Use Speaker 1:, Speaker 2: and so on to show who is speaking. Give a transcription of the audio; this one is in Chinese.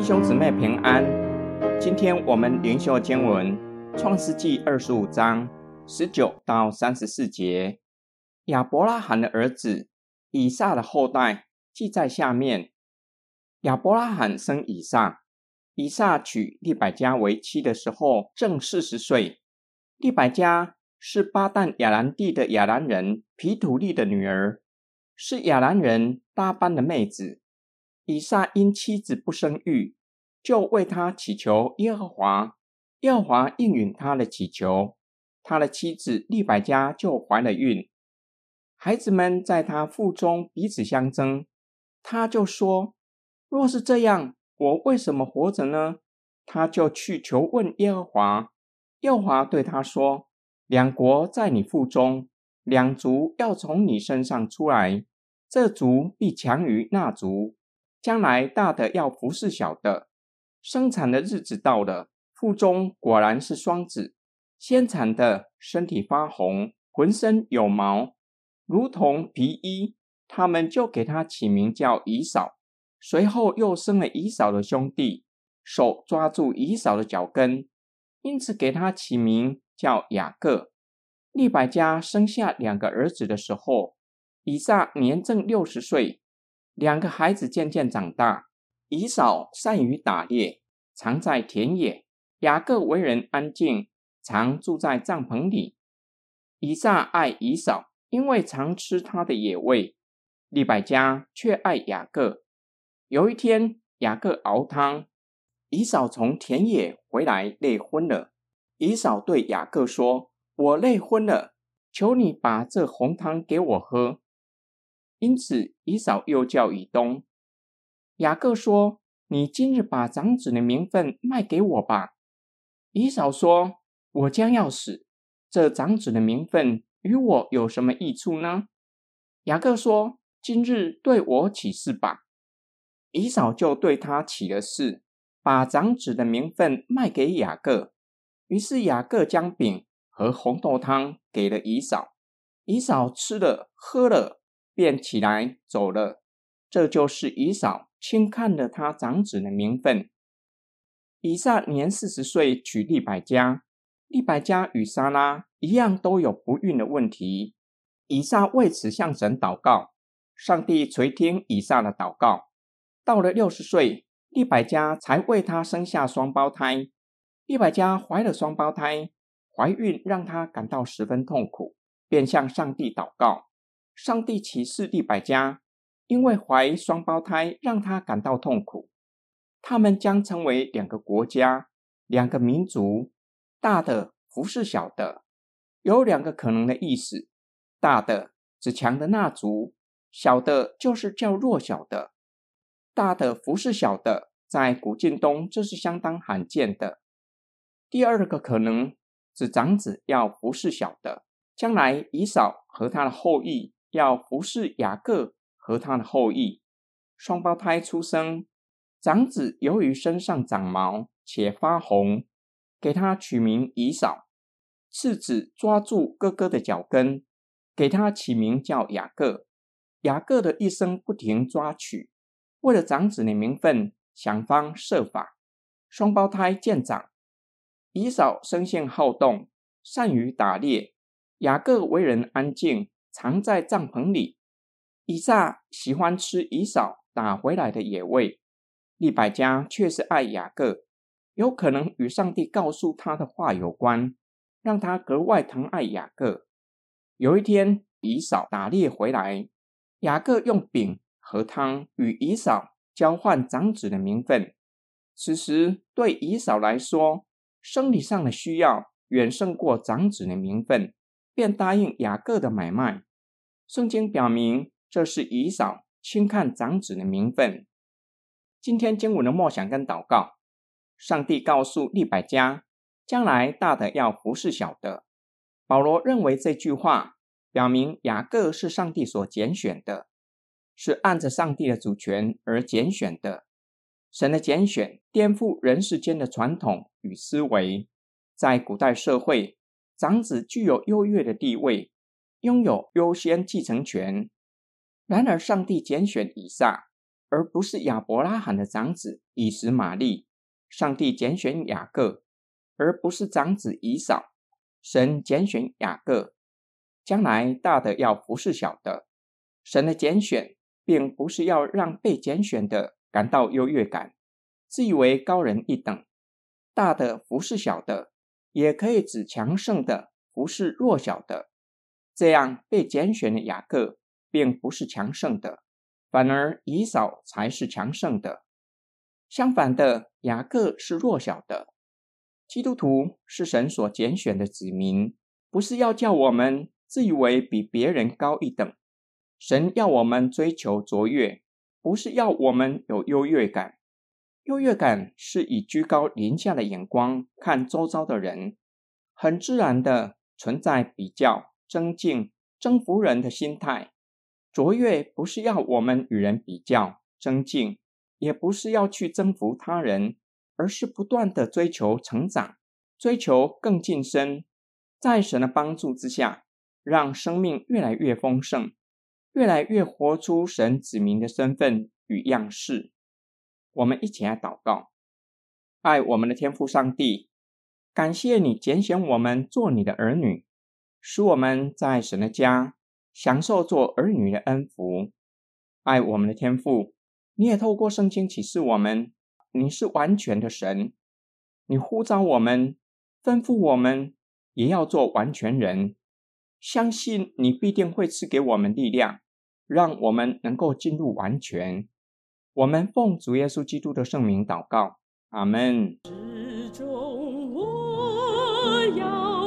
Speaker 1: 兄姊妹平安。今天我们灵修经文创世纪25章19到34节。亚伯拉罕的儿子以撒的后代记在下面。亚伯拉罕生以撒，以撒娶利百加为妻的时候正40岁。利百加是巴旦亚兰地的亚兰人毗土利的女儿，是亚兰人拉班的妹子。以撒因妻子不生育，就为他祈求耶和华，耶和华应允他的祈求，他的妻子利百加就怀了孕。孩子们在他腹中彼此相争，他就说，若是这样，我为什么活着呢？他就去求问耶和华，耶和华对他说，两国在你腹中，两族要从你身上出来，这族必强于那族，将来大的要服侍小的。生产的日子到了，腹中果然是双子，先产的身体发红，浑身有毛，如同皮衣，他们就给他起名叫以扫。随后又生了以扫的兄弟，手抓住以扫的脚跟，因此给他起名叫雅各。利百加生下2个儿子的时候，以撒年正60岁。2个孩子渐渐长大，以扫善于打猎，常在田野；雅各为人安静，常住在帐篷里。以撒爱以扫，因为常吃他的野味；利百加却爱雅各。有一天，雅各熬汤，以扫从田野回来累昏了。以扫对雅各说，我累昏了，求你把这红汤给我喝。因此以扫又叫以东。雅各说，你今日把长子的名分卖给我吧。以扫说，我将要死，这长子的名分与我有什么益处呢？雅各说，今日对我起誓吧。以扫就对他起了誓，把长子的名分卖给雅各。于是雅各将饼和红豆汤给了以扫，以扫吃了喝了，便起来走了。这就是以扫轻看了他长子的名分。以撒年40岁娶利百加，利百加与撒拉一样都有不孕的问题。以撒为此向神祷告，上帝垂听以撒的祷告。到了60岁，利百加才为他生下双胞胎。利百加怀了双胞胎，怀孕让她感到十分痛苦，便向上帝祷告。上帝启示利百加，因为怀双胞胎让她感到痛苦，他们将成为2个国家，2个民族，大的服侍小的。有2个可能的意思，大的指强的那族，小的就是较弱小的。大的服侍小的，在古近东这是相当罕见的。第2个可能指长子要服侍小的，将来以扫和他的后裔要服侍雅各和他的后裔。双胞胎出生，长子由于身上长毛且发红，给他取名以扫。次子抓住哥哥的脚跟，给他起名叫雅各。雅各的一生不停抓取，为了长子的名分，想方设法。双胞胎渐长，以扫生性好动，善于打猎；雅各为人安静，常在帐篷里。以撒喜欢吃以扫打回来的野味，利百加却是爱雅各，有可能与上帝告诉他的话有关，让他格外疼爱雅各。有一天，以扫打猎回来，雅各用饼和汤与以扫交换长子的名分。此时对以扫来说，生理上的需要远胜过长子的名分，便答应雅各的买卖。圣经表明，这是以扫轻看长子的名分。今天经文的默想跟祷告，上帝告诉利百加，将来大的要服侍小的。保罗认为这句话表明雅各是上帝所拣选的，是按着上帝的主权而拣选的。神的拣选颠覆人世间的传统与思维。在古代社会，长子具有优越的地位，拥有优先继承权。然而上帝拣选以撒， 而不是亚伯拉罕的长子以实玛利。上帝拣选雅各，而不是长子以扫。神拣选雅各，将来大的要服侍小的。神的拣选并不是要让被拣选的感到优越感，自以为高人一等。大的服侍小的，也可以指强盛的服侍弱小的。这样被拣选的雅各并不是强盛的，反而以扫才是强盛的。相反的，雅各是弱小的。基督徒是神所拣选的子民，不是要叫我们自以为比别人高一等。神要我们追求卓越，不是要我们有优越感。优越感是以居高临下的眼光看周遭的人，很自然的存在比较、争竞、征服人的心态。卓越不是要我们与人比较、争竞，也不是要去征服他人，而是不断的追求成长，追求更晋升，在神的帮助之下，让生命越来越丰盛，越来越活出神子民的身份与样式。我们一起来祷告。爱我们的天父上帝，感谢你拣选我们做你的儿女，使我们在神的家享受做儿女的恩福。爱我们的天父，你也透过圣经启示我们，你是完全的神，你呼召我们，吩咐我们也要做完全人。相信你必定会赐给我们力量，让我们能够进入完全。我们奉主耶稣基督的圣名祷告，阿们。